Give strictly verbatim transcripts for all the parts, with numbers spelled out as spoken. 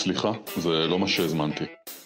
סליחה, זה לא מה שהזמנתי.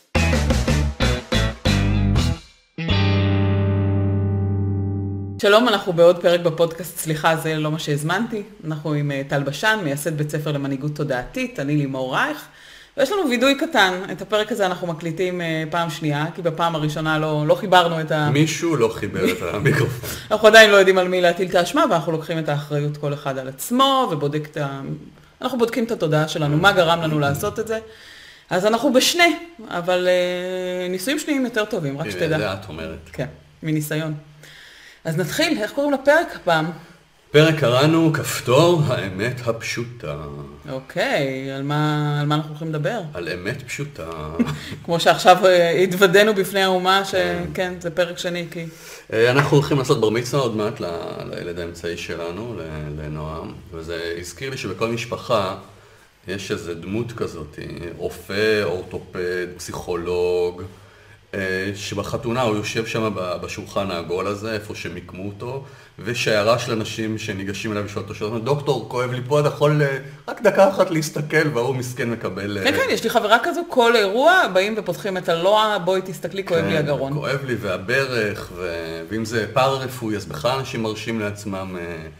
שלום, אנחנו בעוד פרק בפודקאסט סליחה, זה לא מה שהזמנתי. אנחנו עם טל בשן, מייסד בית ספר למנהיגות תודעתית, אני לימור רייך. ויש לנו וידוי קטן, את הפרק הזה אנחנו מקליטים פעם שנייה, כי בפעם הראשונה לא, לא חיברנו את ה... מישהו לא חיבר את המיקרופון. אנחנו עדיין לא יודעים על מי להטיל את האשמה, ואנחנו לוקחים את האחריות כל אחד על עצמו, ובודק את ה... אנחנו בודקים את התודעה שלנו, מה גרם לנו לעשות את זה. אז אנחנו בשני, אבל uh, ניסויים שניים יותר טובים, רק שתדע. זה את אומרת. כן, מניסיון. אז נתחיל, איך קוראים לפרק הפעם? פרק קראנו כפתור האמת הפשוטה. אוקיי, על מה, על מה אנחנו הולכים לדבר? על אמת פשוטה. כמו שעכשיו התוודענו בפני האומה, שכן, זה פרק שני, כי... אנחנו הולכים לעשות בר מצווה עוד מעט לילד האמצעי שלנו, לנועם, וזה הזכיר לי שבכל משפחה יש איזו דמות כזאת, רופא, אורתופד, פסיכולוג, שבחתונה הוא יושב שם בשולחן העגול הזה, איפה שמיקמו אותו, ושיירה של אנשים שניגשים אליו ושואל אותו שאלות, דוקטור, כואב לי פה, אתה יכול רק דקה אחת להסתכל, והוא מסכן מקבל... כן, כן, יש לי חברה כזו, כל אירוע, באים ופותחים את הלוע, בואי תסתכלי, כואב לי הגרון. כואב לי, והברך, ואם זה פארה-רפואי, אז בכלל אנשים מרשים לעצמם,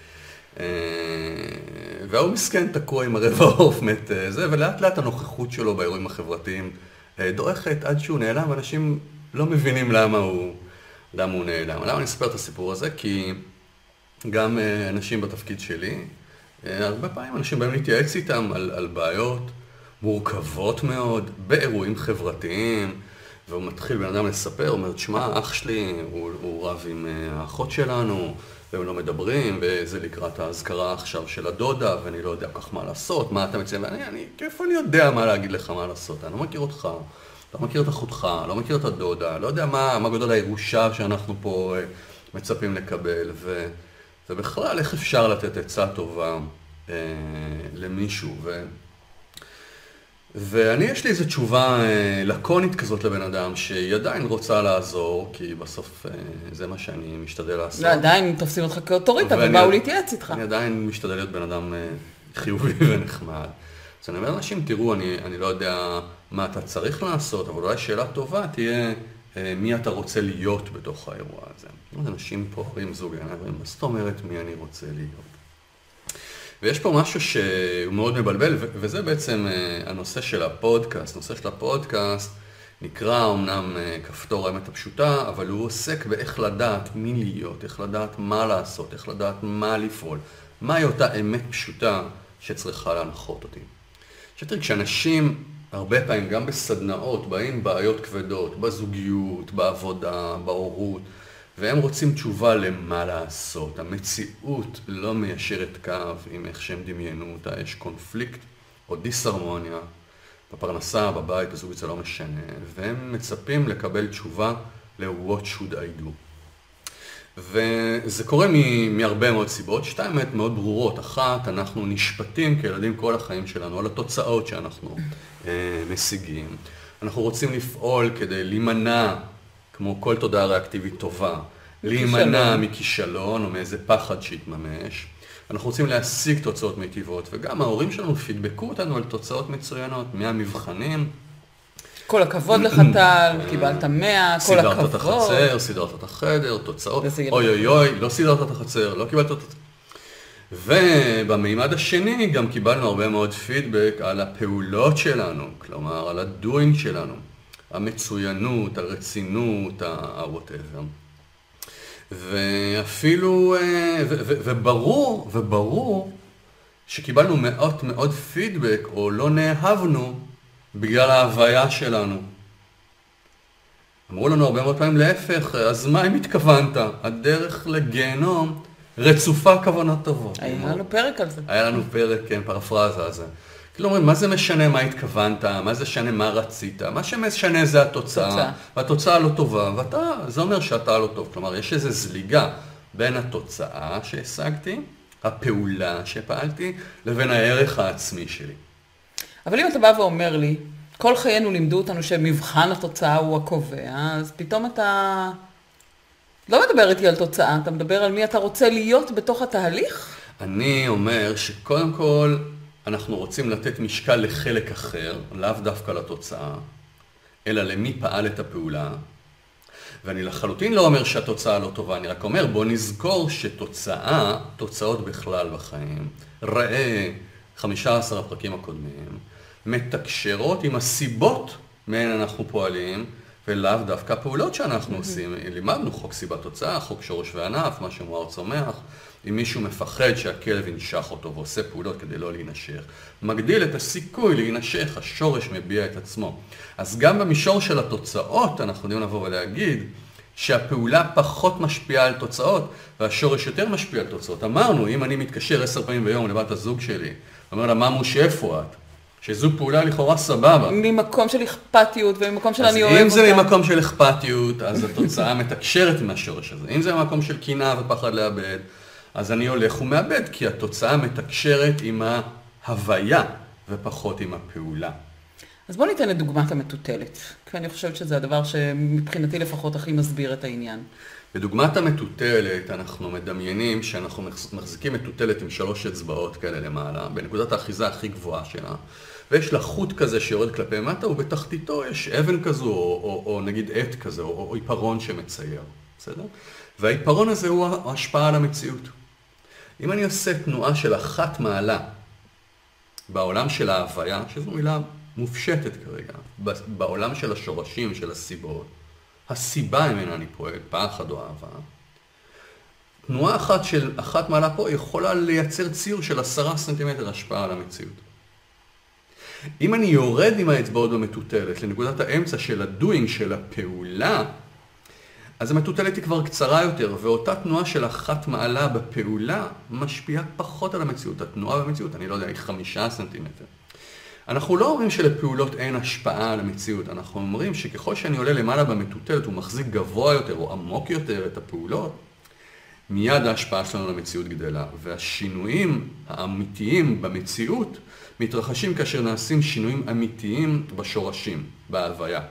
והוא מסכן תקוע עם הרבע העוף מת זה, ולאט לאט הנוכחות שלו באירועים החברתיים דורכת עד שהוא נעלם, ואנשים לא מבינים למה הוא, למה הוא נעלם. למה אני אספר את הסיפור הזה? כי גם אנשים בתפקיד שלי, הרבה פעמים אנשים באים להתייעץ איתם על, על בעיות מורכבות מאוד, באירועים חברתיים, והוא מתחיל בן אדם לספר, הוא אומר, תשמע, אח שלי, הוא, הוא רב עם האחות שלנו, והם לא מדברים, וזה לקראת ההזכרה עכשיו של הדודה, ואני לא יודע כך מה לעשות, מה אתה מציע, ואני, אני, איפה אני יודע מה להגיד לך מה לעשות? אני לא מכיר אותך, לא מכיר את אחותך, לא מכיר את הדודה, לא יודע מה, מה גודל הירושה שאנחנו פה מצפים לקבל, ו, ובכלל, איך אפשר לתת עצה טובה אה, למישהו, ו... ואני, יש לי איזו תשובה אה, לקונית כזאת לבן אדם, שהיא עדיין רוצה לעזור, כי בסוף אה, זה מה שאני משתדל לעשות. לא, עדיין תופסים אותך כאוטוריטה, ובאו להתייעץ איתך. אני עדיין משתדל להיות בן אדם אה, חיובי ונחמד. אז אני אומר לאנשים, תראו, אני, אני לא יודע מה אתה צריך לעשות, אבל אולי שאלה טובה תהיה אה, מי אתה רוצה להיות בתוך האירוע הזה. אנשים פה רואים זוג עיניים, מה זאת אומרת מי אני רוצה להיות? ויש פה משהו שהוא מאוד מבלבל, וזה בעצם הנושא של הפודקאסט. הנושא של הפודקאסט נקרא אמנם כפתור האמת הפשוטה, אבל הוא עוסק באיך לדעת מי להיות, איך לדעת מה לעשות, איך לדעת מה לפעול. מהי אותה אמת פשוטה שצריכה להנחות אותי. שתראי, כשאנשים הרבה פעמים גם בסדנאות באים בעיות כבדות, בזוגיות, בעבודה, בהורות, והם רוצים תשובה למה לעשות. המציאות לא מיישרת קו עם איך שהם דמיינו אותה. יש קונפליקט או דיסהרמוניה בפרנסה, בבית, בזוג, זה לא משנה. והם מצפים לקבל תשובה ל-what should I do. וזה קורה מ- מהרבה מאוד סיבות. שתיים באמת מאוד ברורות. אחת, אנחנו נשפטים כילדים כל החיים שלנו על התוצאות שאנחנו אה, משיגים. אנחנו רוצים לפעול כדי להימנע, כמו כל תודעה ריאקטיבית טובה, להימנע מכישלון או מאיזה פחד שיתממש. אנחנו רוצים להשיג תוצאות מיטיבות, וגם ההורים שלנו פידבקו אותנו על תוצאות מצוינות, מהמבחנים. כל הכבוד לך טל, קיבלת מאה, כל הכבוד. סידרת את החצר, סידרת את החדר, תוצאות, אוי אוי אוי, לא סידרת את החצר, לא קיבלת את... ובמימד השני גם קיבלנו הרבה מאוד פידבק על הפעולות שלנו, כלומר על הדוינג שלנו. המצוינות, הרצינות, ה-whatever. ואפילו, וברור, וברור שקיבלנו מאות מאוד פידבק, או לא נאהבנו, בגלל ההוויה שלנו. אמרו לנו הרבה מאוד פעמים להפך, אז מה אם התכוונת? הדרך לגיהנום רצופה כוונות טובות. היה לנו פרק על זה. היה לנו פרק, כן, פרפרזה על זה. כלומר, מה זה משנה מה התכוונת, מה זה משנה מה רצית, מה שמשנה זה התוצאה, תוצאה. והתוצאה לא טובה, ואתה, זה אומר שאתה לא טוב. כלומר, יש איזו זליגה בין התוצאה שהשגתי, הפעולה שפעלתי, לבין הערך העצמי שלי. אבל אם אתה בא ואומר לי, כל חיינו לימדו אותנו שמבחן התוצאה הוא הקובע, אז פתאום אתה לא מדבר איתי על תוצאה, אתה מדבר על מי אתה רוצה להיות בתוך התהליך? אני אומר שקודם כל, אנחנו רוצים לתת משקל לחלק אחר, לאו דווקא לתוצאה, אלא למי פעל את הפעולה. ואני לחלוטין לא אומר שהתוצאה לא טובה, אני רק אומר בוא נזכור שתוצאה, תוצאות בכלל בחיים, ראה חמישה עשר הפרקים הקודמים, מתקשרות עם הסיבות מהן אנחנו פועלים, ולאו דווקא פעולות שאנחנו עושים. לימדנו חוק סיבת תוצאה, חוק שורש וענף, מה שמואר צומח. אם מישהו מפחד שהכלב ינשך אותו ועושה פעולות כדי לא להינשך, מגדיל את הסיכוי להינשך, השורש מביע את עצמו. אז גם במישור של התוצאות אנחנו יודעים לבוא ולהגיד שהפעולה פחות משפיעה על תוצאות, והשורש יותר משפיע על תוצאות. אמרנו, אם אני מתקשר עשר פעמים ביום לבת הזוג שלי, אומר לה, מה מוש, איפה את? שזו פעולה לכאורה סבבה. ממקום של אכפתיות וממקום של אני אוהב אותה. אז אם זה ממקום של אכפתיות, אז התוצאה מתקשרת עם השורש הזה. אם זה ממקום של קנאה ופחד לאבד, אז אני הולך ומאבד, כי התוצאה מתקשרת עם ההוויה ופחות עם הפעולה. אז בוא ניתן את דוגמת המטוטלת, כי אני חושבת שזה הדבר שמבחינתי לפחות הכי מסביר את העניין. בדוגמת המטוטלת אנחנו מדמיינים שאנחנו מחזיקים מטוטלת עם שלוש אצבעות כאלה למעלה, בנקודת האחיזה הכי גבוהה שלה, ויש לה חוט כזה שיורד כלפי מטה, ובתחתיתו יש אבן כזו, או, או, או נגיד עט כזה, או, או עיפרון שמצייר, בסדר? והעיפרון הזה הוא ההשפעה על המציאות. אם אני עושה תנועה של אחת מעלה בעולם של ההוויה, שזו מילה מופשטת כרגע, בעולם של השורשים, של הסיבות, הסיבה ממנה אני פועל, פחד או אהבה, תנועה אחת של אחת מעלה פה יכולה לייצר ציור של עשרה סנטימטר השפעה על המציאות. אם אני יורד עם האצבעות במטוטלת לנקודת האמצע של הדוינג, של הפעולה, אז המטוטלת היא כבר קצרה יותר, ואותה תנועה של אחת מעלה בפעולה משפיעה פחות על המציאות. התנועה במציאות, אני לא יודע, היא חמישה סנטימטר. אנחנו לא אומרים שלפעולות אין השפעה על המציאות, אנחנו אומרים שככל שאני עולה למעלה במטוטלת, הוא מחזיק גבוה יותר או עמוק יותר את הפעולות, מיד ההשפעה שלנו למציאות גדלה, והשינויים האמיתיים במציאות מתרחשים כאשר נעשים שינויים אמיתיים בשורשים, בהוויה.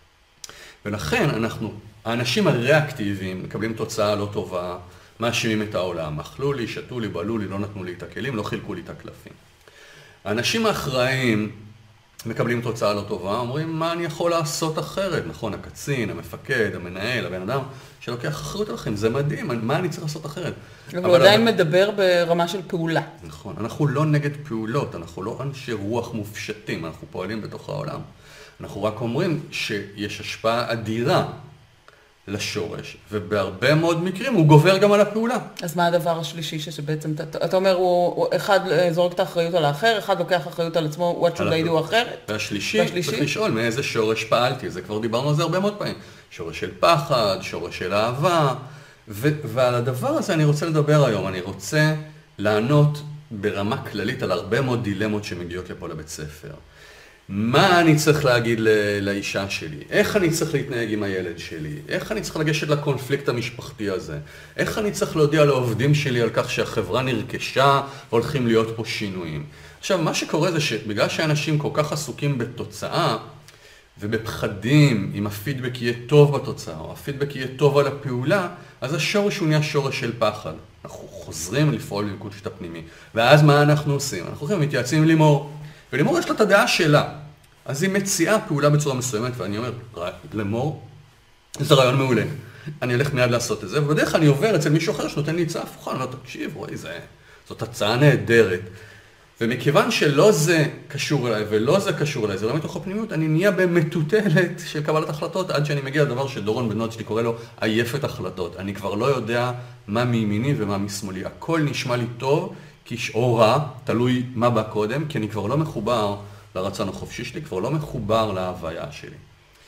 ולכן אנחנו, האנשים הריאקטיביים מקבלים תוצאה לא טובה, מאשימים את העולם, אכלו לי, שתו לי, בלו לי, לא נתנו לי את הכלים, לא חילקו לי את הקלפים. האנשים האחראיים מקבלים תוצאה לא טובה, אומרים מה אני יכול לעשות אחרת, נכון, הקצין, המפקד, המנהל, הבן אדם שלוקח אחריות עליכם, זה מדהים, מה אני צריך לעשות אחרת? אבל הוא עדיין מדבר ברמה של פעולה. נכון, אנחנו לא נגד פעולות, אנחנו לא אנשי רוח מופשטים, אנחנו פועלים בתוך העולם. אנחנו רק אומרים שיש השפעה אדירה לשורש, ובהרבה מאוד מקרים הוא גובר גם על הפעולה. אז מה הדבר השלישי שבעצם, אתה אומר, הוא אחד זורק את האחריות על האחר, אחד לוקח אחריות על עצמו, what should I do אחרת? והשלישי, צריך לשאול מאיזה שורש פעלתי, זה כבר דיברנו על זה הרבה מאוד פעמים. שורש של פחד, שורש של אהבה, ועל הדבר הזה אני רוצה לדבר היום, אני רוצה לענות ברמה כללית על הרבה מאוד דילמות שמגיעות לפה לבית ספר. מה אני צריך להגיד לאישה שלי? איך אני צריך להתנהג עם הילד שלי? איך אני צריך לגשת לקונפליקט המשפחתי הזה? איך אני צריך להודיע לעובדים שלי על כך שהחברה נרכשה והולכים להיות פה שינויים? עכשיו, מה שקורה זה שבגלל שאנשים כל כך עסוקים בתוצאה ובפחדים, אם הפידבק יהיה טוב בתוצאה או הפידבק יהיה טוב על הפעולה, אז השורש הוא נהיה שורש של פחד. אנחנו חוזרים לפעול במיקוד שיטה פנימי. ואז מה אנחנו עושים? אנחנו הולכים מתייעצים עם לימור. ולימור יש לה את הדעה שלה, אז היא מציעה פעולה בצורה מסוימת, ואני אומר, לימור, זה רעיון מעולה, אני הולך מיד לעשות את זה, ובדרך אני עובר אצל מישהו אחר שנותן לי הצעה הפוכה, אני אומר, תקשיב, רואי, זה, זאת הצעה נהדרת, ומכיוון שלא זה קשור אליי, ולא זה קשור אליי, זה לא מתוך הפנימיות, אני נהיה במטוטלת של קבלת החלטות, עד שאני מגיע לדבר שדורון בן נוד שלי קורא לו, עייפת החלטות, אני כבר לא יודע מה מימיני ומה משמאלי, הכל נשמע לי טוב, או רע, תלוי מה בא קודם, כי אני כבר לא מחובר לרצון החופשי שלי, כבר לא מחובר להוויה שלי.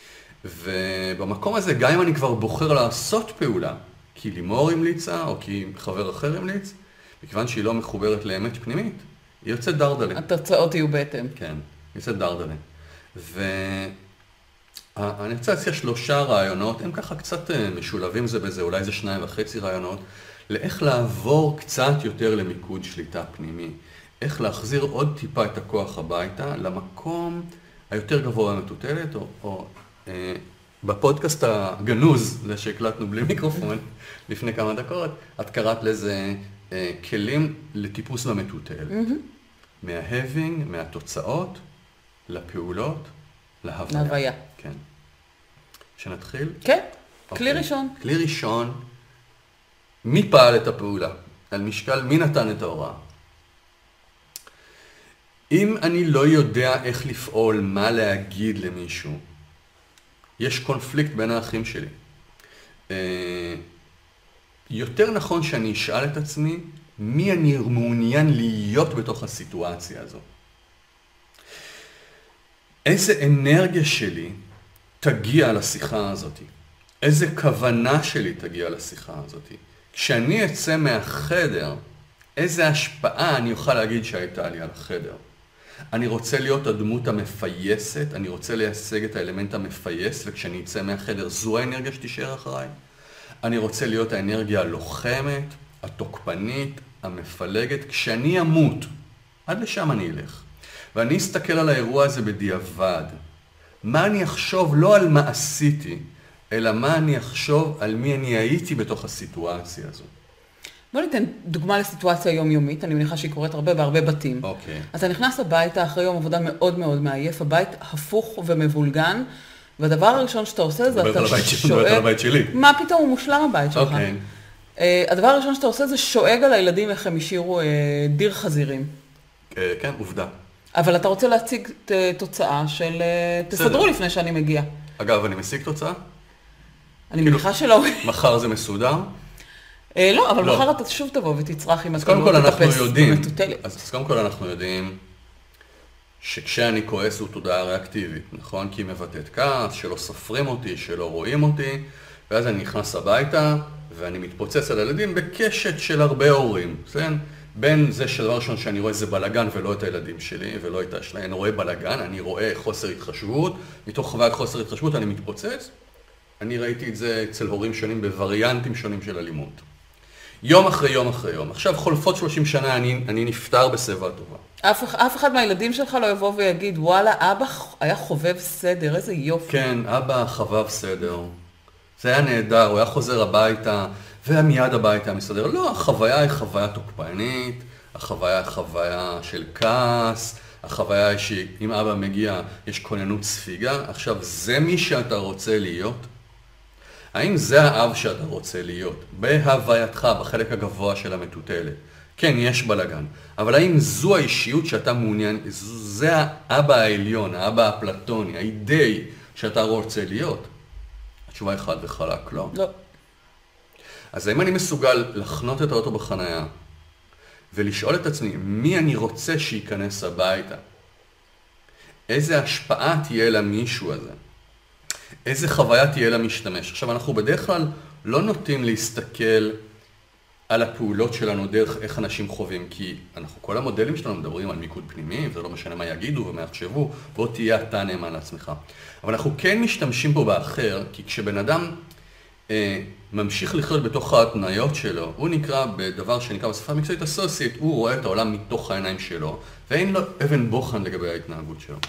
ובמקום הזה, גם אם אני כבר בוחר לעשות פעולה, כי לימור המליצה, או כי חבר אחר המליץ, מכיוון שהיא לא מחוברת לאמת פנימית, היא יוצאת דרדלה. התוצאות יהיו בהתאם. כן, היא יוצאת דרדלה. ואני רוצה להציע שלושה רעיונות, הם ככה קצת משולבים זה בזה, אולי זה שניים וחצי רעיונות, לאיך לעבור קצת יותר למיקוד שליטה פנימי. איך להחזיר עוד טיפה את הכוח הביתה למקום היותר גבוה במטוטלת, או, או אה, בפודקאסט הגנוז, זה שהקלטנו בלי מיקרופון לפני כמה דקות, את קראת לזה אה, כלים לטיפוס במטוטלת. Mm-hmm. מההבינג, מהתוצאות, לפעולות, להוויה. להוויה. כן. שנתחיל? כן, אוקיי. כלי ראשון. כלי ראשון, מי פעל את הפעולה? על משקל, מי נתן את ההוראה? אם אני לא יודע איך לפעול, מה להגיד למישהו, יש קונפליקט בין האחים שלי. יותר נכון שאני אשאל את עצמי, מי אני מעוניין להיות בתוך הסיטואציה הזו? איזה אנרגיה שלי תגיע לשיחה הזאת? איזה כוונה שלי תגיע לשיחה הזאת? כשאני אצא מהחדר, איזה השפעה אני אוכל להגיד שהייתה לי על החדר? אני רוצה להיות הדמות המפייסת, אני רוצה להשיג את האלמנט המפייס, וכשאני אצא מהחדר, זו האנרגיה שתישאר אחריי. אני רוצה להיות האנרגיה הלוחמת, התוקפנית, המפלגת. כשאני אמות, עד לשם אני אלך. ואני אסתכל על האירוע הזה בדיעבד. מה אני אחשוב לא על מה עשיתי, אלא מה אני אחשוב על מי אני הייתי בתוך הסיטואציה הזו. בוא ניתן דוגמה לסיטואציה יומיומית, אני מניחה שהיא קורית הרבה בהרבה בתים. אוקיי. אז אתה נכנס הביתה אחרי יום עבודה מאוד מאוד מעייף, הבית הפוך ומבולגן, והדבר הראשון שאתה עושה זה אתה שואג... על הבית שלי. מה פתאום הוא מושלם הבית שלך? אוקיי. הדבר הראשון שאתה עושה זה שואג על הילדים איך הם השאירו דיר חזירים. כן, עובדה. אבל אתה רוצה להציג תוצאה של תסדרו לפני שאני מגיע. אגב, אני משיג תוצאה? אני מניחה שלא. מחר זה מסודר? לא, אבל מחר אתה שוב תבוא ותצרח אם אתה לא תטפס במטוטלת. אז קודם כל אנחנו יודעים שכשאני כועס הוא תודעה ריאקטיבית, נכון? כי היא מבטאת כעס, שלא סופרים אותי, שלא רואים אותי, ואז אני נכנס הביתה ואני מתפוצץ על הילדים בקשת של הרבה הורים, כן? בין זה שדבר ראשון שאני רואה איזה בלגן ולא את הילדים שלי ולא את השלי, אני רואה בלגן, אני רואה חוסר התחשבות, מתוך חוויית חוסר התחשבות אני מתפוצץ, אני ראיתי את זה אצל הורים שונים בווריאנטים שונים של אלימות. יום אחרי יום אחרי יום. עכשיו חולפות שלושים שנה, אני, אני נפטר בסבע טובה. אף, אף אחד מהילדים שלך לא יבוא ויגיד, וואלה, אבא היה חובב סדר, איזה יופי. כן, אבא חבב סדר. זה היה נהדר, הוא היה חוזר הביתה, ומיד הביתה מסדר. לא, החוויה היא חוויה תוקפנית, החוויה היא חוויה של כעס, החוויה היא שאם אבא מגיע, יש כוננות ספיגה. עכשיו, זה מי שאתה רוצה להיות? האם זה האב שאתה רוצה להיות? בהווייתך, בחלק הגבוה של המטוטלת. כן, יש בלגן. אבל האם זו האישיות שאתה מעוניין, זה האבא העליון, האבא הפלטוני, האידאי שאתה רוצה להיות? התשובה היא חד וחלק, לא. לא. אז האם אני מסוגל לחנות את האוטו בחנייה, ולשאול את עצמי, מי אני רוצה שייכנס הביתה? איזה השפעה תהיה למישהו הזה? איזה חוויה תהיה למשתמש? עכשיו, אנחנו בדרך כלל לא נוטים להסתכל על הפעולות שלנו דרך איך אנשים חווים, כי אנחנו, כל המודלים שלנו מדברים על מיקוד פנימי, וזה לא משנה מה יגידו ומה יחשבו, בוא תהיה אתה נאמן לעצמך. אבל אנחנו כן משתמשים פה באחר, כי כשבן אדם אה, ממשיך לחיות בתוך ההתניות שלו, הוא נקרא בדבר שנקרא בשפה המקצועית אסוסיאט, הוא רואה את העולם מתוך העיניים שלו, ואין לו אבן בוחן לגבי ההתנהגות שלו.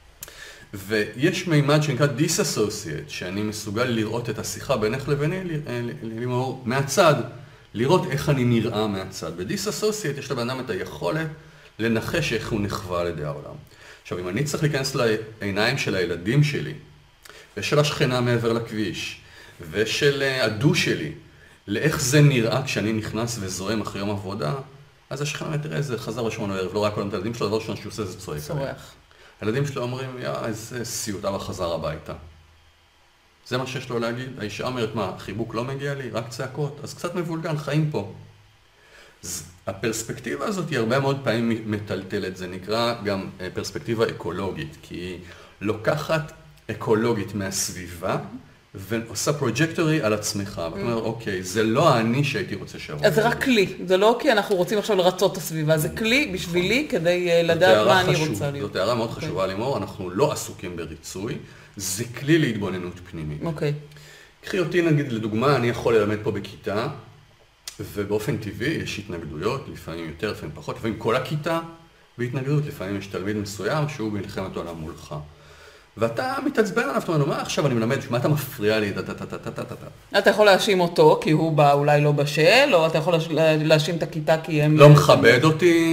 ויש מימד שנקרא דיסאסוסיאט, שאני מסוגל לראות את השיחה בינך לביני, לימור, מהצד, לראות איך אני נראה מהצד. בדיסאסוסיאט יש לבן אדם את היכולת לנחש איך הוא נחווה על ידי העולם. עכשיו, אם אני צריך להיכנס לעיניים של הילדים שלי, ושל השכנה מעבר לכביש, ושל הדו שלי, לאיך זה נראה כשאני נכנס וזוהם אחרי יום עבודה, אז השכנה תראה, זה חזר בשמונה ערב, לא רק כל הילדים שלו, הדבר ראשון שהוא עושה זה צועק. צורח. הילדים שלו אומרים, יא, איזה סיוט, אבא חזר הביתה. זה מה שיש לו להגיד. האישה אומרת, מה, חיבוק לא מגיע לי? רק צעקות? אז קצת מבולגן, חיים פה. אז הפרספקטיבה הזאת היא הרבה מאוד פעמים מטלטלת. זה נקרא גם פרספקטיבה אקולוגית, כי היא לוקחת אקולוגית מהסביבה, ועושה פרוג'קטורי על עצמך. ואתה אומר, אוקיי, זה לא אני שהייתי רוצה שעבור. אז זה רק כלי. זה לא כי אנחנו רוצים עכשיו לרצות את הסביבה. זה כלי בשבילי כדי לדעת מה אני רוצה להיות. זאת הערה מאוד חשובה לימור. אנחנו לא עסוקים בריצוי. זה כלי להתבוננות פנימית. אוקיי. קחי אותי נגיד לדוגמה, אני יכול ללמד פה בכיתה, ובאופן טבעי יש התנגדויות, לפעמים יותר, לפעמים פחות, לפעמים כל הכיתה בהתנגדות, לפעמים יש תלמיד מסוים שהוא במלחמת עולם מולך. ואתה מתעצבן עליו, אתה אומר, מה עכשיו אני מלמד, מה אתה מפריע לי, אתה יכול להאשים אותו כי הוא בא אולי לא בשל, או אתה יכול להאשים את הכיתה כי הם... לא מכבד אותי,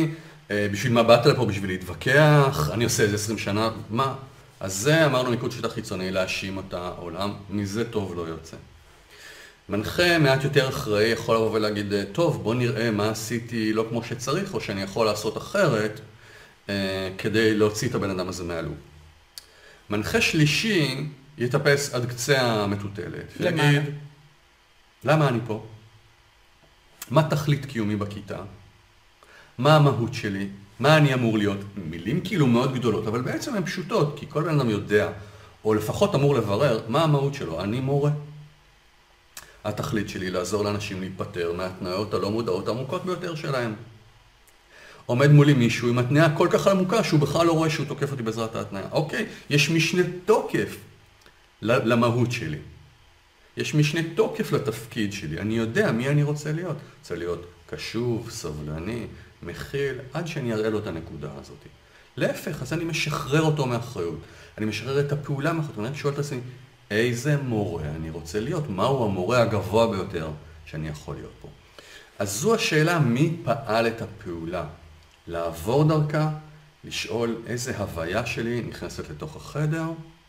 בשביל מה באת לפה? בשביל להתווכח? אני עושה איזה עשרים שנה? מה? אז זה אמרנו מיקוד שיטה חיצוני, להאשים את העולם, מזה טוב לא יוצא. מנחה מעט יותר אחראי יכול לבוא ולהגיד, טוב, בוא נראה מה עשיתי לא כמו שצריך, או שאני יכול לעשות אחרת, אה, כדי להוציא את הבן אדם הזה מהלופ. מנחה שלישי יתאפס עד קצה המטוטלת. למה? ויגיד, למה אני פה? מה תכלית קיומי בכיתה? מה המהות שלי? מה אני אמור להיות? מילים כאילו מאוד גדולות, אבל בעצם הן פשוטות, כי כל בן אדם יודע, או לפחות אמור לברר, מה המהות שלו. אני מורה. התכלית שלי לעזור לאנשים להיפטר מהתנאיות הלא מודעות העמוקות ביותר שלהם. עומד מולי מישהו עם התנאה כל כך עמוקה שהוא בכלל לא רואה שהוא תוקף אותי בעזרת ההתנאה. אוקיי, יש משנה תוקף למהות שלי. יש משנה תוקף לתפקיד שלי. אני יודע מי אני רוצה להיות. רוצה להיות קשוב, סבלני, מכיל, עד שאני אראה לו את הנקודה הזאת. להפך, אז אני משחרר אותו מאחריות. אני משחרר את הפעולה מאחריות. אני שואל את עצמי, איזה מורה אני רוצה להיות? מהו המורה הגבוה ביותר שאני יכול להיות פה? אז זו השאלה, מי פעל את הפעולה? לעבור דרכה, לשאול איזה הוויה שלי נכנסת לתוך החדר,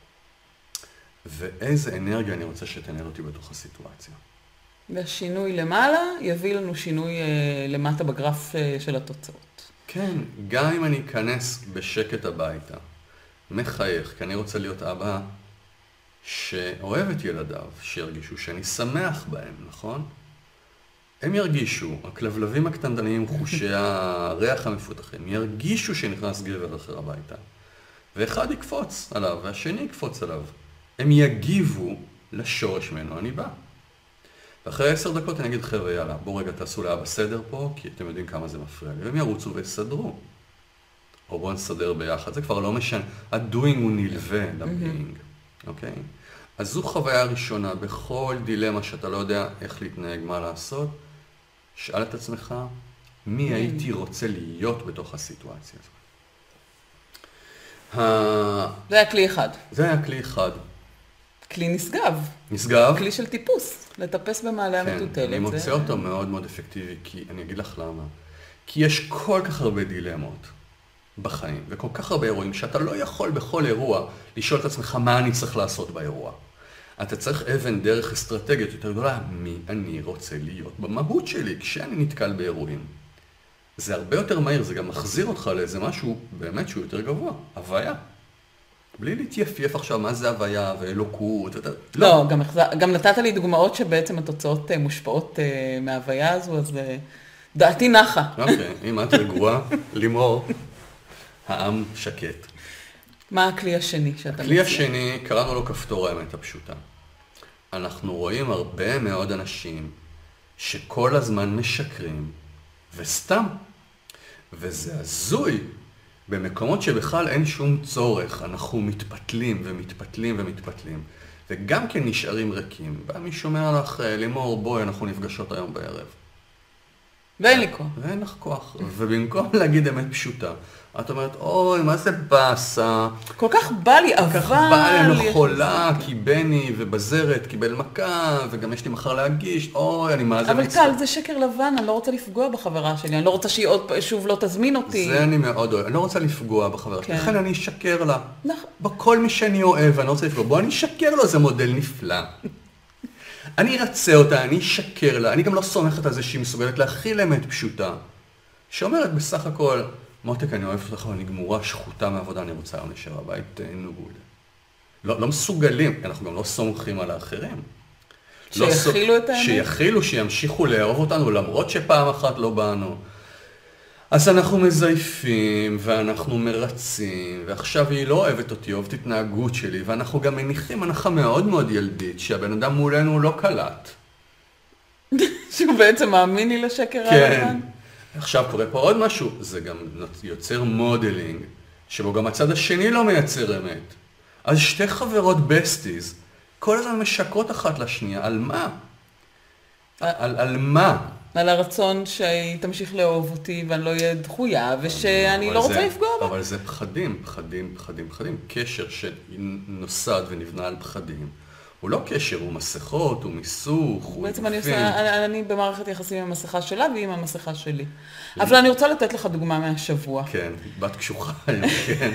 ואיזה אנרגיה אני רוצה שתנהל אותי בתוך הסיטואציה. והשינוי למעלה יביא לנו שינוי אה, למטה בגרף אה, של התוצאות. כן, גם אם אני אכנס בשקט הביתה, מחייך, כי אני רוצה להיות אבא שאוהב את ילדיו, שירגישו שאני שמח בהם, נכון? הם ירגישו, הכלבלבים הקטנטניים, חושי הריח המפותחים, ירגישו שנכנס גבר אחר הביתה. ואחד יקפוץ עליו, והשני יקפוץ עליו. הם יגיבו לשורש ממנו, אני בא. ואחרי עשר דקות אני אגיד, חבר'ה, יאללה, בואו רגע תעשו לאבא סדר פה, כי אתם יודעים כמה זה מפריע לי. והם ירוצו ויסדרו. או בואו נסדר ביחד, זה כבר לא משנה. ה-doing הוא נלווה ל-being, אוקיי? אז זו חוויה ראשונה, בכל דילמה שאתה לא יודע איך להתנהג, מה לעשות, שאל את עצמך, מי הייתי רוצה להיות בתוך הסיטואציה הזאת? זה היה כלי אחד. זה היה כלי אחד. כלי נשגב. נשגב? כלי של טיפוס, לטפס במעלה המטוטלת. כן, אני מוצא אותו מאוד מאוד אפקטיבי, כי אני אגיד לך למה. כי יש כל כך הרבה דילמות בחיים, וכל כך הרבה אירועים, שאתה לא יכול בכל אירוע לשאול את עצמך מה אני צריך לעשות באירוע. אתה צריך אבן דרך אסטרטגית יותר גדולה, מי אני רוצה להיות במהות שלי כשאני נתקל באירועים. זה הרבה יותר מהיר, זה גם מחזיר אותך לאיזה משהו באמת שהוא יותר גבוה, הוויה. בלי להתייפייף עכשיו מה זה הוויה ואלוקות. אתה... לא, לא. גם, גם נתת לי דוגמאות שבעצם התוצאות מושפעות מההוויה הזו, אז דעתי נחה. אוקיי, אם את רגועה, לימור, העם שקט. מה הכלי השני שאתה מציע? הכלי השני, קראנו לו כפתור האמת הפשוטה. אנחנו רואים הרבה מאוד אנשים שכל הזמן משקרים, וסתם. וזה הזוי. במקומות שבכלל אין שום צורך, אנחנו מתפתלים ומתפתלים ומתפתלים. וגם כן נשארים ריקים. בא מי שומע לך, לימור, בואי, אנחנו נפגשות היום בערב. ואין לי כוח. ואין לך כוח. ובמקום להגיד אמת פשוטה, את אומרת, אוי, מה זה בסה? כל כך בא לי, אבל... כל כך בא לי, אני חולה, כי בני ובזרת קיבל מכה, וגם יש לי מחר להגיש, אוי, אני מה זה אבל טל, זה שקר לבן, אני לא רוצה לפגוע בחברה שלי, אני לא רוצה שהיא עוד שוב לא תזמין אותי. זה אני מאוד אוהב, אני לא רוצה לפגוע בחברה שלי, לכן אני אשקר לה. נכון. בכל מי שאני אוהב, אני לא רוצה לפגוע, בוא אני אשקר לו, זה מודל נפלא. אני ארצה אותה, אני אשקר לה, אני גם לא סומכת על זה שהיא מסוגלת להכיל אמת פשוטה, שאומרת בסך הכל, מותק, אני אוהבת אותך, אני גמורה, שחוטה מעבודה, אני רוצה היום נשאר הבית, נוגוד. לא, לא מסוגלים, אנחנו גם לא סומכים על האחרים. שיחילו לא, את האמת? שיחילו, שימשיכו לאהוב אותנו, למרות שפעם אחת לא באנו. אז אנחנו מזייפים, ואנחנו מרצים, ועכשיו היא לא אוהבת אותי, אוהבת התנהגות שלי, ואנחנו גם מניחים הנחה מאוד מאוד ילדית, שהבן אדם מולנו לא קלט. שהוא בעצם מאמין לי לשקר כן. הלבן? עכשיו קורה פה עוד משהו, זה גם יוצר מודלינג, שבו גם הצד השני לא מייצר אמת. אז שתי חברות בסטיז, כל הזמן משקרות אחת לשנייה, על מה? על, על מה? על הרצון שהיא תמשיך לאהוב אותי ואני לא אהיה דחויה, ושאני לא רוצה זה, לפגוע בה. אבל זה פחדים, פחדים, פחדים, פחדים. קשר שנוסד ונבנה על פחדים, הוא לא קשר, הוא מסכות, הוא מיסוך, הוא בעצם אני עושה, אני, אני במערכת יחסים עם המסכה שלה ועם המסכה שלי. אבל אני רוצה לתת לך דוגמה מהשבוע. כן, בת קשוחה, כן.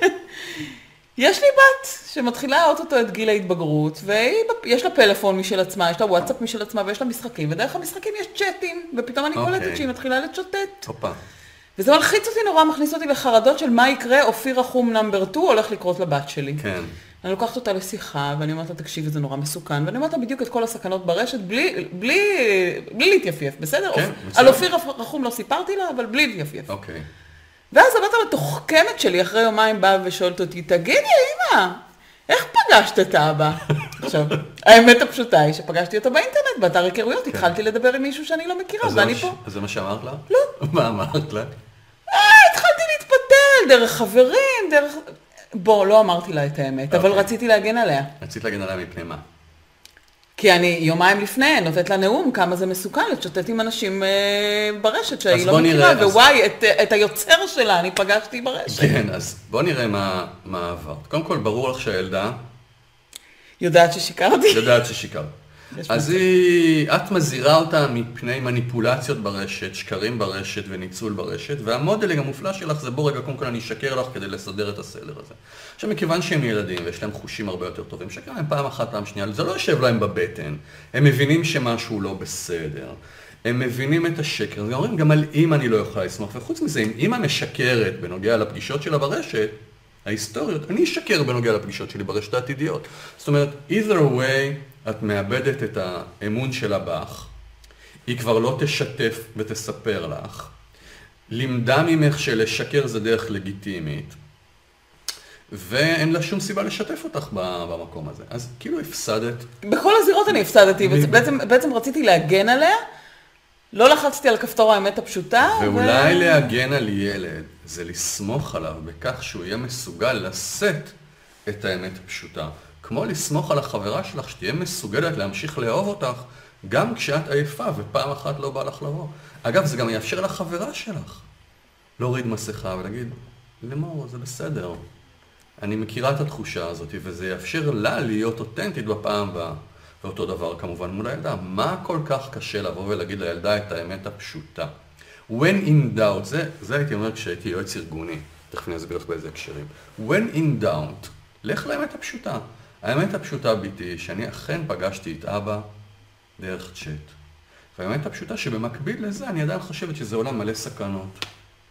יש לי בת שמתחילה אוטוטו את גיל ההתבגרות, ויש לה פלאפון משל עצמה, יש לה וואטסאפ משל עצמה, ויש לה משחקים, ודרך המשחקים יש צ'אטים, ופתאום אני קולטת שהיא מתחילה לצ'וטט. הופה. וזה מלחיץ אותי נורא, מכניס אותי לחרדות של מה יקרה, אופיר רחום נאמבר שתיים הולך לקרות לבת שלי. כן. אני לוקחת אותה לשיחה, ואני אומרת לה, תקשיב, זה נורא מסוכן, ואני אומרת לה בדיוק את כל הסכנות ברשת, בלי, בלי, בלי להתייפייף, בסדר? כן, על אופיר רחום לא סיפרתי לה, אבל בלי להתייפייף. אוקיי. ואז הבת המתוחכמת שלי אחרי יומיים באה ושואלת אותי, תגידי, אמא, איך פגשת את אבא? עכשיו, האמת הפשוטה היא שפגשתי אותו באינטרנט, באתר היכרויות, התחלתי לדבר עם מישהו שאני לא מכירה, ואני פה. אז זה מה שאמרת לה? לא. מה אמרת לה? התחלתי להתפתל, דרך חברים, דרך... בוא, לא אמרתי לה את האמת, אבל רציתי להגן עליה. רצית להגן עליה מפני מה? כי אני יומיים לפני נותנת לה נאום כמה זה מסוכן לצ'וטט עם אנשים ברשת שהיא לא מכירה, ווואי, את היוצר שלה אני פגשתי ברשת. כן, אז בוא נראה מה עברת. קודם כל, ברור לך שהילדה... יודעת ששיקרתי? יודעת ששיקרת. אז היא, את מזהירה אותה מפני מניפולציות ברשת, שקרים ברשת וניצול ברשת, והמודלינג המופלא שלך זה בוא רגע, קודם כל אני אשקר לך כדי לסדר את הסדר הזה. עכשיו, מכיוון שהם ילדים ויש להם חושים הרבה יותר טובים, שקר להם פעם אחת, פעם שנייה, זה לא יושב להם בבטן, הם מבינים שמשהו לא בסדר, הם מבינים את השקר, הם אומרים גם על אמא אני לא יכולה לסמוך, וחוץ מזה, אם אמא משקרת בנוגע לפגישות שלה ברשת, ההיסטוריות, אני אשקר בנוגע לפגישות שלי ברשת העתידיות. זאת אומרת, either way, את מאבדת את האמון שלה בך, היא כבר לא תשתף ותספר לך, לימדה ממך שלשקר זה דרך לגיטימית, ואין לה שום סיבה לשתף אותך במקום הזה. אז כאילו הפסדת. בכל הזירות אני הפסדתי, בעצם, בעצם רציתי להגן עליה, לא לחצתי על כפתור האמת הפשוטה. ואולי ו... להגן על ילד זה לסמוך עליו בכך שהוא יהיה מסוגל לשאת את האמת הפשוטה. כמו לסמוך על החברה שלך שתהיה מסוגלת להמשיך לאהוב אותך, גם כשאת עייפה ופעם אחת לא בא לך לבוא. אגב, זה גם יאפשר לחברה שלך להוריד מסכה ולהגיד, למור, זה בסדר. אני מכירה את התחושה הזאת, וזה יאפשר לה להיות אותנטית בפעם הבאה. ואותו דבר כמובן מול הילדה. מה כל כך קשה לבוא ולהגיד לילדה את האמת הפשוטה? When in doubt, זה, זה הייתי אומר כשהייתי יועץ ארגוני, תכף אני אסביר לך באיזה הקשרים. When in doubt, לך לאמת הפשוטה. האמת הפשוטה ביתי, שאני אכן פגשתי את אבא דרך צ'אט. והאמת הפשוטה שבמקביל לזה, אני עדיין חושבת שזה עולם מלא סכנות.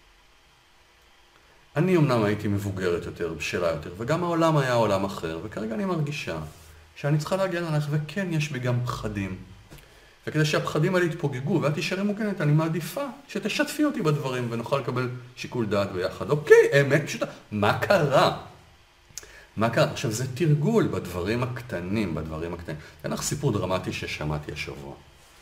אני אמנם הייתי מבוגרת יותר, בשלה יותר, וגם העולם היה עולם אחר, וכרגע אני מרגישה שאני צריכה להגן עליך, וכן יש בי גם פחדים. וכדי שהפחדים האלה יתפוגגו, ואת תישארי מוגנת, אני מעדיפה שתשתפי אותי בדברים, ונוכל לקבל שיקול דעת ביחד. אוקיי, אמת פשוטה. מה קרה? מה קרה? עכשיו, זה תרגול בדברים הקטנים, בדברים הקטנים. אין לך סיפור דרמטי ששמעתי השבוע.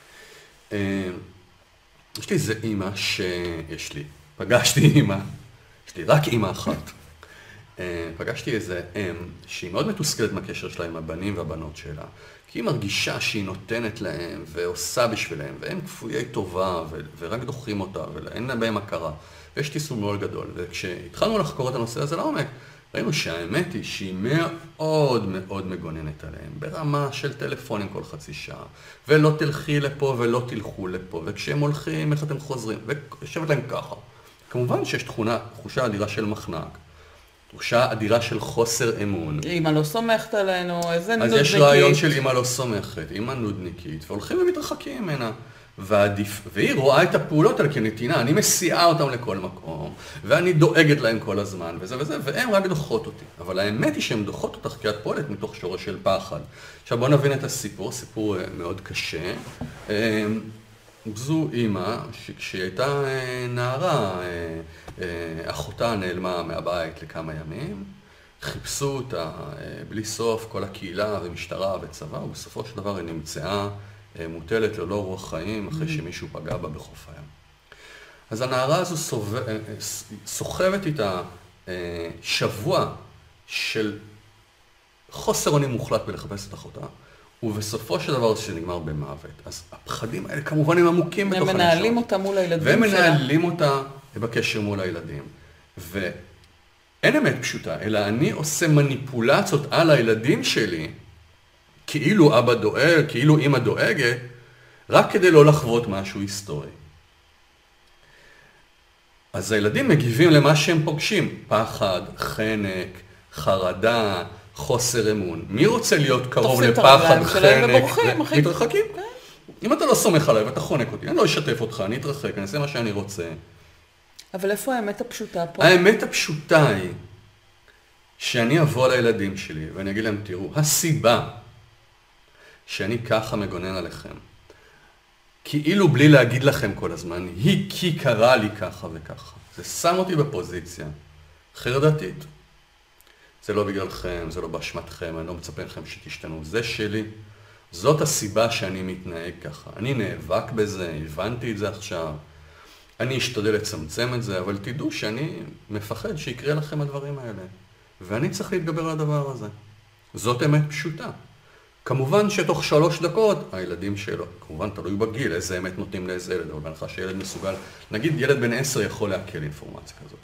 יש לי איזה אימא שיש לי. פגשתי אימא. יש לי רק אימא אחת. פגשתי איזה אם שהיא מאוד מתוסכלת מהקשר שלה עם הבנים והבנות שלה, כי היא מרגישה שהיא נותנת להם ועושה בשבילהם, והם כפויי טובה ו- ורק דוחים אותה ואין בהם הכרה, ויש תסכול מאוד גדול. וכשהתחלנו לחקור את הנושא הזה לעומק, ראינו שהאמת היא שהיא מאוד מאוד מגוננת עליהם, ברמה של טלפונים כל חצי שעה, ולא תלכי לפה ולא תלכו לפה, וכשהם הולכים איך אתם חוזרים, ויושבת להם ככה. כמובן שיש תכונה, תחושה אדירה של מחנק, תחושה אדירה של חוסר אמון. אמא לא סומכת עלינו, איזה נודניקית. אז יש רעיון של אמא לא סומכת, אמא נודניקית, והולכים ומתרחקים ממנה. ועדיף, והיא רואה את הפעולות האלה כנתינה, אני מסיעה אותם לכל מקום, ואני דואגת להם כל הזמן, וזה וזה, והם רק דוחות אותי. אבל האמת היא שהן דוחות אותך כי את פועלת מתוך שורש של פחד. עכשיו בואו נבין את הסיפור, סיפור מאוד קשה. זו אימא שכשהיא הייתה נערה, אחותה נעלמה מהבית לכמה ימים, חיפשו אותה בלי סוף, כל הקהילה ומשטרה וצבא, ובסופו של דבר היא נמצאה מוטלת ללא רוח חיים אחרי שמישהו פגע בה בחוף הים. אז הנערה הזו סוחבת איתה שבוע של חוסר אונים מוחלט בלחפש את אחותה, ובסופו של דבר זה נגמר במוות. אז הפחדים האלה כמובן הם עמוקים בתוך הנשמה. הם מנהלים אותה מול הילדים שלה. והם מנהלים אותה בקשר מול הילדים. ואין אמת פשוטה, אלא אני עושה מניפולציות על הילדים שלי, כאילו אבא דואג, כאילו אמא דואגת, רק כדי לא לחוות משהו היסטורי. אז הילדים מגיבים למה שהם פוגשים, פחד, חנק, חרדה, חוסר אמון. מי רוצה להיות קרוב לפחד, חנק? ובורחים, אחי. מתרחקים? כן. אם אתה לא סומך עליי ואתה חונק אותי, אני לא אשתף אותך, אני אתרחק, אני אעשה מה שאני רוצה. אבל איפה האמת הפשוטה פה? האמת הפשוטה היא שאני אבוא לילדים שלי ואני אגיד להם, תראו, הסיבה שאני ככה מגונן עליכם, כאילו בלי להגיד לכם כל הזמן, היא כי קרה לי ככה וככה. זה שם אותי בפוזיציה חרדתית. זה לא בגללכם, זה לא באשמתכם, אני לא מצפה לכם שתשתנו. זה שלי. זאת הסיבה שאני מתנהג ככה. אני נאבק בזה, הבנתי את זה עכשיו. אני אשתדל לצמצם את זה, אבל תדעו שאני מפחד שיקרה לכם הדברים האלה. ואני צריך להתגבר על הדבר הזה. זאת אמת פשוטה. כמובן שתוך שלוש דקות, הילדים שלו, כמובן תלוי בגיל, איזה אמת נותנים לאיזה ילד, אבל בהנחה שילד מסוגל, נגיד ילד בן עשר יכול להקל אינפורמציה כזאת.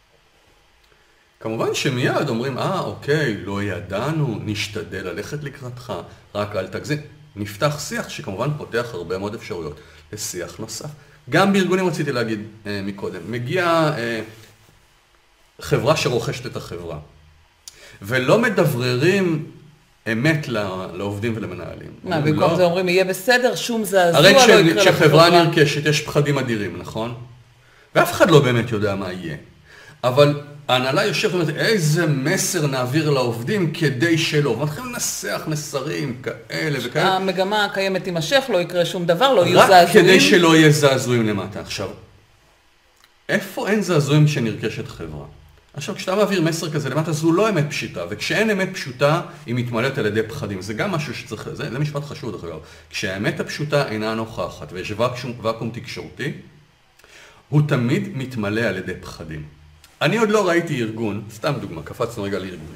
כמובן שמיד אומרים, אה, אוקיי, לא ידענו, נשתדל ללכת לקראתך, רק אל תגזים. נפתח שיח שכמובן פותח הרבה מאוד אפשרויות לשיח נוסף. גם בארגונים רציתי להגיד אה, מקודם, מגיעה אה, חברה שרוכשת את החברה, ולא מדבררים אמת לעובדים ולמנהלים. מה, במקום זה אומרים, יהיה בסדר, שום זעזוע לא יקרה לחברה. הרי כשחברה נרכשת, יש פחדים אדירים, נכון? ואף אחד לא באמת יודע מה יהיה. אבל ההנהלה יושבת ואומרת, איזה מסר נעביר לעובדים כדי שלא. ומתחילים לנסח מסרים כאלה וכאלה. המגמה הקיימת תימשך, לא יקרה שום דבר, לא יהיו זעזועים. רק כדי שלא יהיה זעזועים למטה. עכשיו, איפה אין זעזועים שנרכשת חברה? עכשיו, כשאתה מעביר מסר כזה למטה, זו לא אמת פשוטה, וכשאין אמת פשוטה, היא מתמלאת על ידי פחדים. זה גם משהו שצריך, זה, זה משפט חשוב, דרך אגב. כשהאמת הפשוטה אינה נוכחת, ויש ואקום תקשורתי, הוא תמיד מתמלא על ידי פחדים. אני עוד לא ראיתי ארגון, סתם דוגמה, קפצנו רגע לארגונים,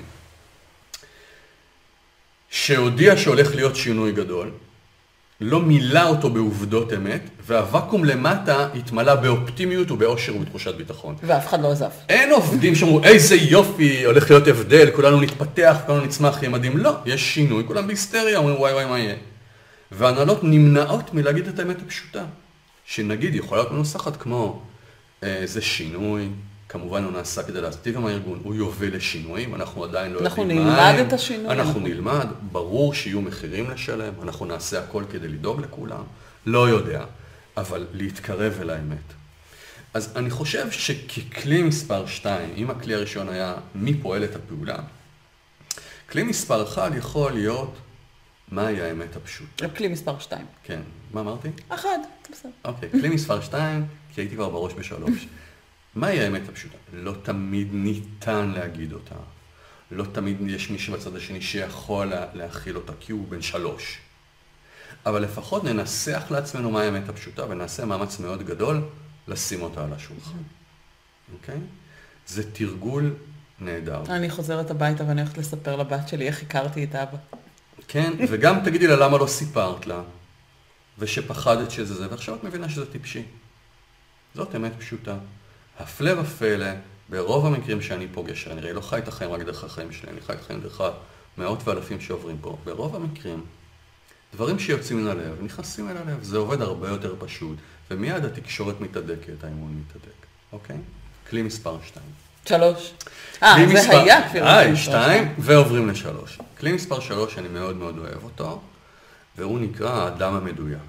שהודיע שהולך להיות שינוי גדול, לא מילא אותו בעובדות אמת, והוואקום למטה התמלא באופטימיות ובאושר ובתחושת ביטחון. ואף אחד לא עזב. אין עובדים שאמרו, איזה יופי, הולך להיות הבדל, כולנו נתפתח, כולנו נצמח, יהיה מדהים. לא, יש שינוי, כולם בהיסטריה, אומרים וואי וואי מה יהיה. והנהלות נמנעות מלהגיד את האמת הפשוטה. שנגיד, יכולה להיות מנוסחת כמו, אה, זה שינוי, כמובן הוא נעשה כדי להסתיב עם הארגון, הוא יוביל לשינויים, אנחנו עדיין לא אנחנו יודעים מה הם. נלמד את השינוי. אנחנו נלמד, ברור שיהיו מחירים לשלם, אנחנו נעשה הכל כדי לדאוג לכולם, לא יודע, אבל להתקרב אל האמת. אז אני חושב שככלי מספר שתיים, אם הכלי הראשון היה מי פועל את הפעולה, כלי מספר אחד יכול להיות מהי האמת הפשוטה. כלי מספר שתיים. כן, מה אמרתי? אחד, בסדר. אוקיי, כלי מספר שתיים, כי הייתי כבר בראש בשלוש. מהי האמת הפשוטה? לא תמיד ניתן להגיד אותה. לא תמיד יש מישהו בצד השני שיכול להכיל אותה, כי הוא בן שלוש. אבל לפחות ננסח לעצמנו מהי האמת הפשוטה, ונעשה מאמץ מאוד גדול לשים אותה על השולחן. אוקיי? זה תרגול נהדר. אני חוזרת הביתה ואני הולכת לספר לבת שלי איך הכרתי את אבא. כן, וגם תגידי לה למה לא סיפרת לה, ושפחדת שזה זה, ועכשיו את מבינה שזה טיפשי. זאת אמת פשוטה. הפלא ופלא, ברוב המקרים שאני פוגש, אני לא חי את החיים רק דרך החיים שלי, אני חי את החיים דרך מאות ואלפים שעוברים פה. ברוב המקרים, דברים שיוצאים מן הלב, נכנסים אל הלב, זה עובד הרבה יותר פשוט, ומיד התקשורת מתהדקת, האמון מתהדק. אוקיי? כלי מספר שתיים. שלוש. אה, זה מספר... היה כפיר. אה, שתיים, ועוברים לשלוש. כלי מספר שלוש, אני מאוד מאוד אוהב אותו, והוא נקרא האדם המדויק.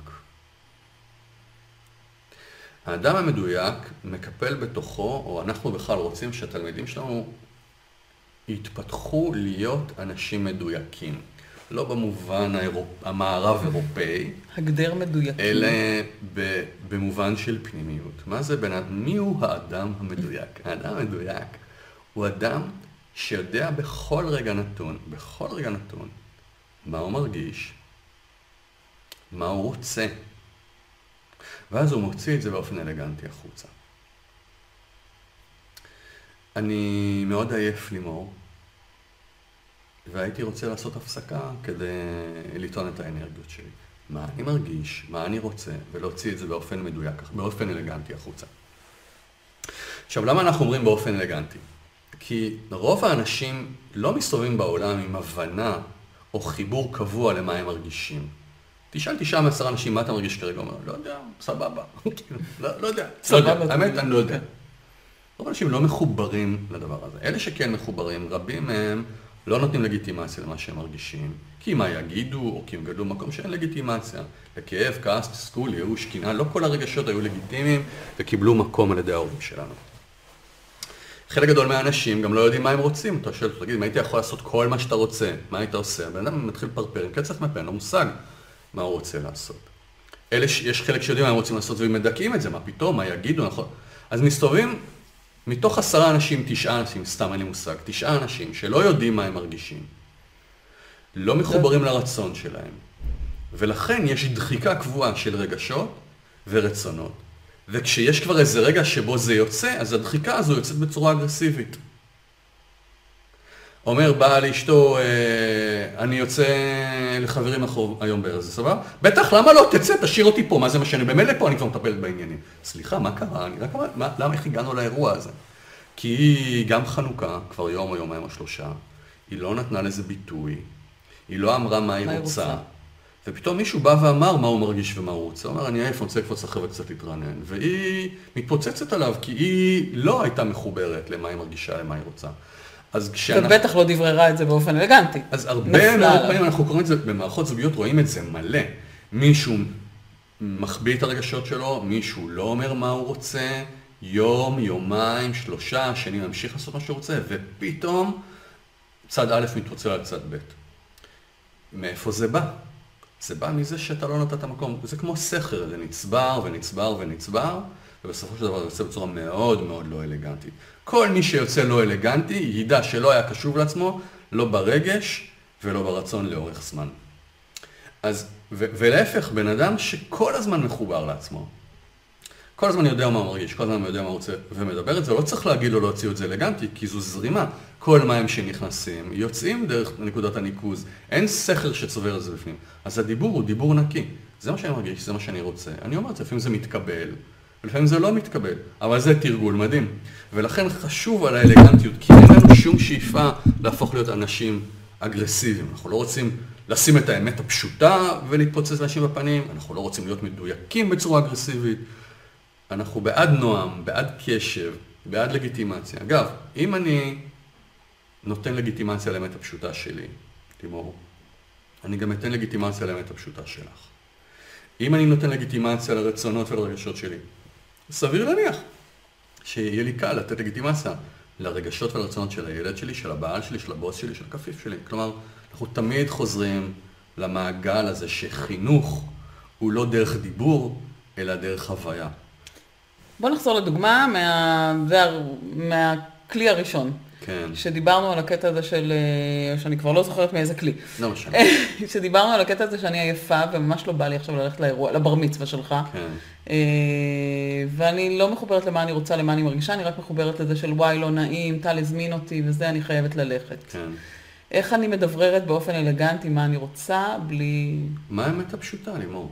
האדם המדויק מקפל בתוכו, או אנחנו בכלל רוצים שהתלמידים שלנו יתפתחו להיות אנשים מדויקים. לא במובן האירופ... המערב-אירופאי. הגדר מדויקים. אלא ב... במובן של פנימיות. מה זה בין... מי הוא האדם המדויק? האדם המדויק הוא אדם שיודע בכל רגע נתון, בכל רגע נתון, מה הוא מרגיש, מה הוא רוצה. ואז הוא מוציא את זה באופן אלגנטי החוצה. אני מאוד עייף לימור, והייתי רוצה לעשות הפסקה כדי לטעון את האנרגיות שלי. מה אני מרגיש, מה אני רוצה, ולהוציא את זה באופן מדויק, באופן אלגנטי החוצה. עכשיו, למה אנחנו אומרים באופן אלגנטי? כי רוב האנשים לא מסתובבים בעולם עם הבנה או חיבור קבוע למה הם מרגישים. תשאל תשעה מעשרה אנשים מה אתה מרגיש כרגע, אומר, לא יודע, סבבה, לא, לא יודע, לא יודע, האמת אני לא יודע. רוב אנשים לא מחוברים לדבר הזה. אלה שכן מחוברים, רבים מהם לא נותנים לגיטימציה למה שהם מרגישים, כי מה יגידו, או כי הם גדלו במקום שאין לגיטימציה. לכאב, כעס, תסכול, ייאוש, קנאה, לא כל הרגשות היו לגיטימיים וקיבלו מקום על ידי ההורים שלנו. חלק גדול מהאנשים גם לא יודעים מה הם רוצים. אתה שואל, תגיד, אם הייתי יכול לעשות כל מה שאתה רוצה, מה היית עושה? הבן אדם מתחיל פרפר עם קצת מפה, אין לו מושג מה הוא רוצה לעשות. אלה, יש חלק שיודעים מה הם רוצים לעשות והם מדכאים את זה, מה פתאום, מה יגידו, נכון? אז מסתובבים מתוך עשרה אנשים, תשעה אנשים, סתם אין לי מושג, תשעה אנשים שלא יודעים מה הם מרגישים, לא מחוברים לרצון שלהם, ולכן יש דחיקה קבועה של רגשות ורצונות. וכשיש כבר איזה רגע שבו זה יוצא, אז הדחיקה הזו יוצאת בצורה אגרסיבית. אומר, בא לאשתו, אני יוצא לחברים היום בערב, זה סבבה? בטח, למה לא? תצא, תשאיר אותי פה, מה זה משנה? במילא פה אני כבר מטפלת בעניינים. סליחה, מה קרה? אני רק אומר, למה איך הגענו לאירוע הזה? כי גם חנוכה, כבר יום או יומיים או שלושה, היא לא נתנה לזה ביטוי, היא לא אמרה מה היא רוצה. ופתאום מישהו בא ואמר מה הוא מרגיש ומה הוא רוצה. הוא אומר, אני עייף, רוצה קפוץ אחר וקצת להתרענן. והיא מתפוצצת עליו, כי היא לא הייתה מחוברת למה היא מרגישה, למה היא רוצה. אז כשאנחנו... ובטח לא דבררה את זה באופן אלגנטי. אז הרבה מאוד פעמים אנחנו קוראים את זה, במערכות זוגיות רואים את זה מלא. מישהו מחביא את הרגשות שלו, מישהו לא אומר מה הוא רוצה, יום, יומיים, שלושה, שני ממשיך לעשות מה שהוא רוצה, ופתאום צד א' מתפוצל על צד ב'. מאיפה זה בא? זה בא מזה שאתה לא נתת המקום. זה כמו סכר, זה נצבר ונצבר ונצבר, ובסופו של דבר זה יוצא בצורה מאוד מאוד לא אלגנטית. כל מי שיוצא לא אלגנטי ידע שלא היה קשוב לעצמו, לא ברגש ולא ברצון לאורך זמן. אז, ו- ולהפך, בן אדם שכל הזמן מחובר לעצמו, כל הזמן יודע מה הוא מרגיש, כל הזמן יודע מה הוא רוצה ומדבר את זה, לא צריך להגיד לו להוציא את זה אלגנטי, כי זו זרימה. כל מים שנכנסים יוצאים דרך נקודת הניקוז, אין סכר שצובר את זה בפנים. אז הדיבור הוא דיבור נקי. זה מה שאני מרגיש, זה מה שאני רוצה. אני אומר את זה, לפעמים זה מתקבל, ולפעמים זה לא מתקבל, אבל זה תרגול מדהים. ולכן חשוב על האלגנטיות, כי אין לנו שום שאיפה להפוך להיות אנשים אגרסיביים. אנחנו לא רוצים לשים את האמת הפשוטה ולהתפוצץ לאנשים בפנים, אנחנו לא רוצים להיות מדויקים בצורה אגרסיבית. אנחנו בעד נועם, בעד קשב, בעד לגיטימציה. אגב, אם אני נותן לגיטימציה לאמת הפשוטה שלי, תימור, אני גם אתן לגיטימציה לאמת הפשוטה שלך. אם אני נותן לגיטימציה לרצונות ולרגשות שלי, סביר להניח שיהיה לי קל לתת לגיטימציה לרגשות ולרצונות של הילד שלי, של הבעל שלי, של הבוס שלי, של הכפיף שלי. כלומר, אנחנו תמיד חוזרים למעגל הזה שחינוך הוא לא דרך דיבור, אלא דרך חוויה. בוא נחזור לדוגמה מה... מהכלי הראשון. כן. שדיברנו על הקטע הזה של, שאני כבר לא זוכרת מאיזה כלי. לא משנה. שדיברנו על הקטע הזה שאני עייפה, וממש לא בא לי עכשיו ללכת לאירוע, לבר מצווה שלך. כן. ואני לא מחוברת למה אני רוצה, למה אני מרגישה, אני רק מחוברת לזה של וואי, לא נעים, טל הזמין אותי, וזה אני חייבת ללכת. כן. איך אני מדבררת באופן אלגנטי מה אני רוצה, בלי... מה האמת הפשוטה, לימור?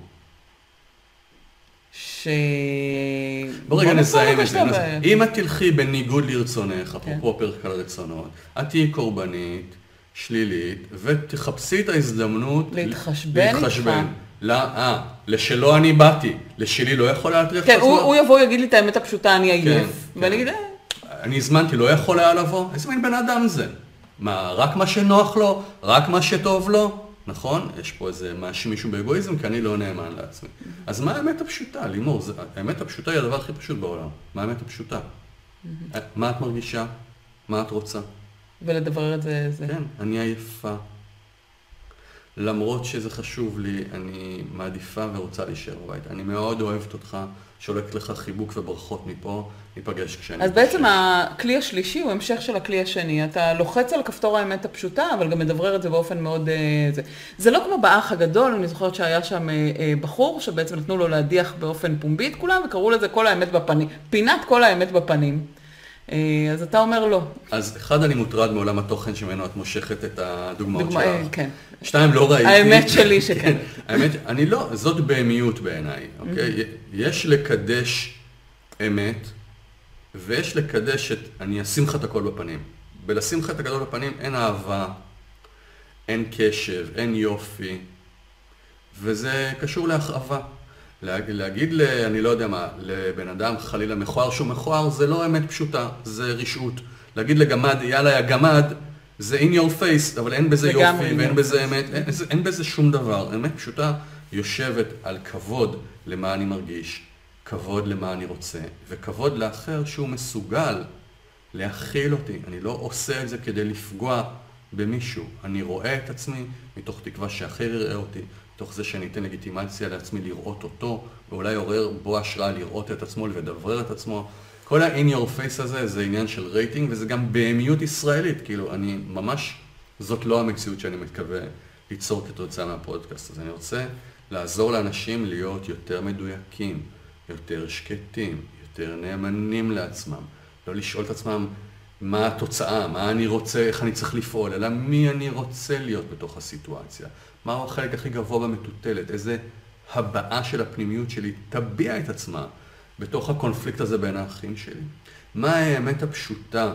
ש... בוא רגע נסיים את זה. אם את תלכי בניגוד לרצונך, אפרופו פרק על רצונות, את תהיי קורבנית, שלילית, ותחפשי את ההזדמנות להתחשבן איתך. אה, לשלו אני באתי, לשלי לא יכול להטריח את כן, עצמו. הוא יבוא, יגיד לי את האמת הפשוטה, אני עייף. ואני אגיד, אה... אני הזמנתי, לא יכול היה לבוא? איזה מין בן אדם זה? מה, רק מה שנוח לו? רק מה שטוב לו? נכון? יש פה איזה מאשים מישהו באגואיזם, כי אני לא נאמן לעצמי. אז מה האמת הפשוטה, לימור? זה, האמת הפשוטה היא הדבר הכי פשוט בעולם. מה האמת הפשוטה? מה את מרגישה? מה את רוצה? ולדברר את זה... זה... כן, אני עייפה. למרות שזה חשוב לי, אני מעדיפה ורוצה להישאר בבית. אני מאוד אוהבת אותך, שולקת לך חיבוק וברכות מפה, ניפגש כשאני... אז בעצם הכלי השלישי הוא המשך של הכלי השני. אתה לוחץ על כפתור האמת הפשוטה, אבל גם מדברר את זה באופן מאוד... זה, זה לא כמו באח הגדול, אני זוכרת שהיה שם בחור, שבעצם נתנו לו להדיח באופן פומבי את כולם, וקראו לזה כל האמת בפנים. פינת כל האמת בפנים. אז אתה אומר לא. אז אחד, אני מוטרד מעולם התוכן שמנו את מושכת את הדוגמאות דוגמה, שלך. כן. שתיים, לא ראיתי. האמת שלי שכן. האמת, אני לא, זאת בהמיות בעיניי, אוקיי? יש לקדש אמת, ויש לקדש את, אני אשים לך את הכל בפנים. בלשים לך את הגדול בפנים אין אהבה, אין קשב, אין יופי, וזה קשור להכאבה. להגיד, ל, אני לא יודע מה, לבן אדם חלילה מכוער שהוא מכוער, זה לא אמת פשוטה, זה רשעות. להגיד לגמד, יאללה, הגמד, זה in your face, אבל אין בזה יופי ואין בזה אמת, אין, אין בזה שום דבר. אמת פשוטה יושבת על כבוד למה אני מרגיש, כבוד למה אני רוצה, וכבוד לאחר שהוא מסוגל להכיל אותי. אני לא עושה את זה כדי לפגוע במישהו. אני רואה את עצמי מתוך תקווה שאחר יראה אותי, מתוך זה שאני אתן לגיטימציה לעצמי לראות אותו, ואולי עורר בו השראה לראות את עצמו ולדברר את עצמו. כל ה-in your face הזה זה עניין של רייטינג, וזה גם בהמיות ישראלית. כאילו, אני ממש, זאת לא המציאות שאני מתכוון ליצור כתוצאה מהפודקאסט. אז אני רוצה לעזור לאנשים להיות יותר מדויקים, יותר שקטים, יותר נאמנים לעצמם. לא לשאול את עצמם מה התוצאה, מה אני רוצה, איך אני צריך לפעול, אלא מי אני רוצה להיות בתוך הסיטואציה. מהו החלק הכי גבוה במטוטלת, איזה הבעה של הפנימיות שלי תביע את עצמה בתוך הקונפליקט הזה בין האחים שלי. מה האמת הפשוטה,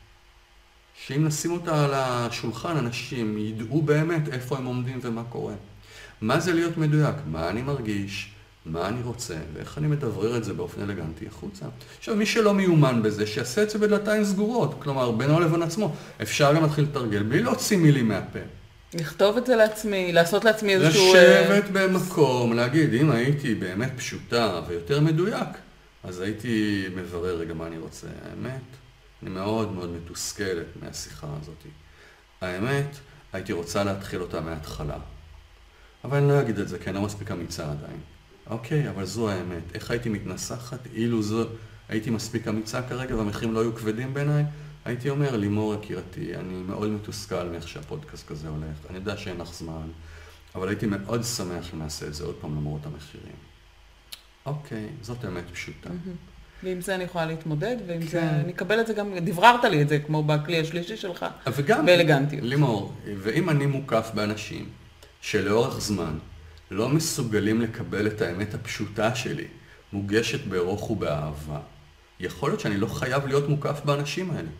שאם נשים אותה על השולחן, אנשים ידעו באמת איפה הם עומדים ומה קורה. מה זה להיות מדויק, מה אני מרגיש, מה אני רוצה, ואיך אני מדברר את זה באופן אלגנטי החוצה. עכשיו, מי שלא מיומן בזה, שיעשה את זה בדלתיים סגורות, כלומר, בינו לבין עצמו. אפשר גם להתחיל לתרגל, בלי להוציא מילים מהפה. לכתוב את זה לעצמי, לעשות לעצמי איזשהו... לשבת במקום, להגיד, אם הייתי באמת פשוטה ויותר מדויק, אז הייתי מברר רגע מה אני רוצה. האמת, אני מאוד מאוד מתוסכלת מהשיחה הזאת. האמת, הייתי רוצה להתחיל אותה מההתחלה. אבל אני לא אגיד את זה, כי אני לא מספיק אמיצה עדיין. אוקיי, אבל זו האמת. איך הייתי מתנסחת? אילו זו... הייתי מספיק אמיצה כרגע והמחירים לא היו כבדים בעיניי? הייתי אומר, לימור יקירתי, אני מאוד מתוסכל מאיך שהפודקאסט כזה הולך. אני יודע שאין לך זמן, אבל הייתי מאוד שמח שנעשה את זה עוד פעם למרות המחירים. אוקיי, זאת האמת פשוטה. ועם זה אני יכולה להתמודד, ועם זה אני אקבל את זה גם, דבררת לי את זה כמו בכלי השלישי שלך, באלגנטיות. לימור, ואם אני מוקף באנשים שלאורך זמן לא מסוגלים לקבל את האמת הפשוטה שלי, מוגשת ברוך ובאהבה, יכול להיות שאני לא חייב להיות מוקף באנשים האלה.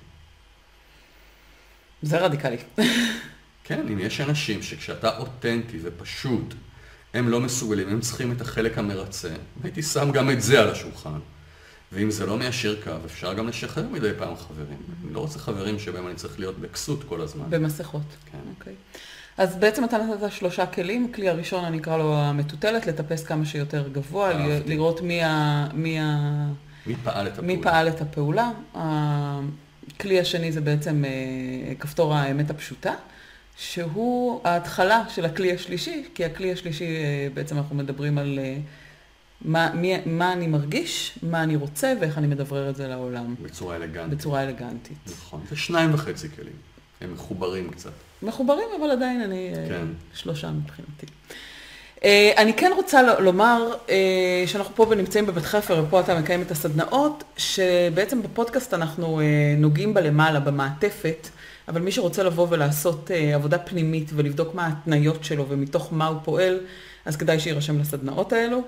זה רדיקלי. כן, אם יש אנשים שכשאתה אותנטי ופשוט, הם לא מסוגלים, הם צריכים את החלק המרצה, הייתי שם גם את זה על השולחן. ואם זה לא מיישר קו, אפשר גם לשחרר מדי פעם חברים. אני לא רוצה חברים שבהם אני צריך להיות בכסות כל הזמן. במסכות. כן. אוקיי. אז בעצם אתה נתת שלושה כלים. כלי הראשון, אני אקרא לו המטוטלת, לטפס כמה שיותר גבוה, לראות מי ה... מי ה... מי פעל את הפעולה. מי פעל את הפעולה. הכלי השני זה בעצם כפתור האמת הפשוטה, שהוא ההתחלה של הכלי השלישי, כי הכלי השלישי בעצם אנחנו מדברים על מה, מי, מה אני מרגיש, מה אני רוצה ואיך אני מדברר את זה לעולם. בצורה אלגנטית. בצורה אלגנטית. נכון, זה שניים וחצי כלים. הם מחוברים קצת. מחוברים, אבל עדיין אני כן. שלושה מבחינתי. אני כן רוצה לומר שאנחנו פה נמצאים בבית חפר, ופה אתה מקיים את הסדנאות, שבעצם בפודקאסט אנחנו נוגעים בלמעלה, במעטפת, אבל מי שרוצה לבוא ולעשות עבודה פנימית ולבדוק מה ההתניות שלו ומתוך מה הוא פועל, אז כדאי שירשם לסדנאות האלו.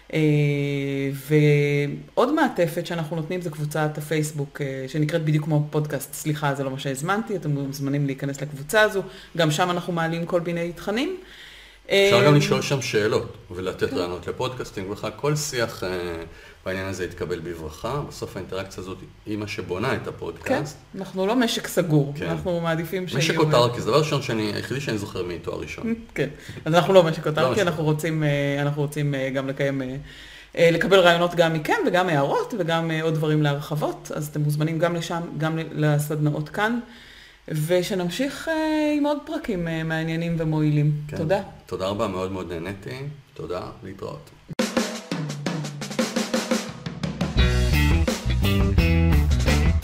ועוד מעטפת שאנחנו נותנים זה קבוצת הפייסבוק שנקראת בדיוק כמו פודקאסט, סליחה, זה לא מה שהזמנתי, אתם מוזמנים להיכנס לקבוצה הזו, גם שם אנחנו מעלים כל מיני תכנים. אפשר גם לשאול שם שאלות ולתת רעיונות לפודקאסטינג, וכך כל שיח בעניין הזה יתקבל בברכה. בסוף האינטראקציה הזאת היא מה שבונה את הפודקאסט. כן, אנחנו לא משק סגור, אנחנו מעדיפים שיהיו... משק אוטרקי, זה דבר ראשון שאני, היחידי שאני זוכר מתואר ראשון. כן, אז אנחנו לא משק אוטרקי, אנחנו רוצים, אנחנו רוצים גם לקיים, לקבל רעיונות גם מכם וגם הערות וגם עוד דברים להרחבות, אז אתם מוזמנים גם לשם, גם לסדנאות כאן. ושנמשיך עם עוד פרקים מעניינים ומועילים. כן. תודה. תודה רבה, מאוד מאוד נהניתי. תודה, להתראות.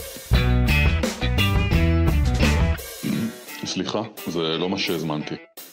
סליחה, זה לא מה שהזמנתי.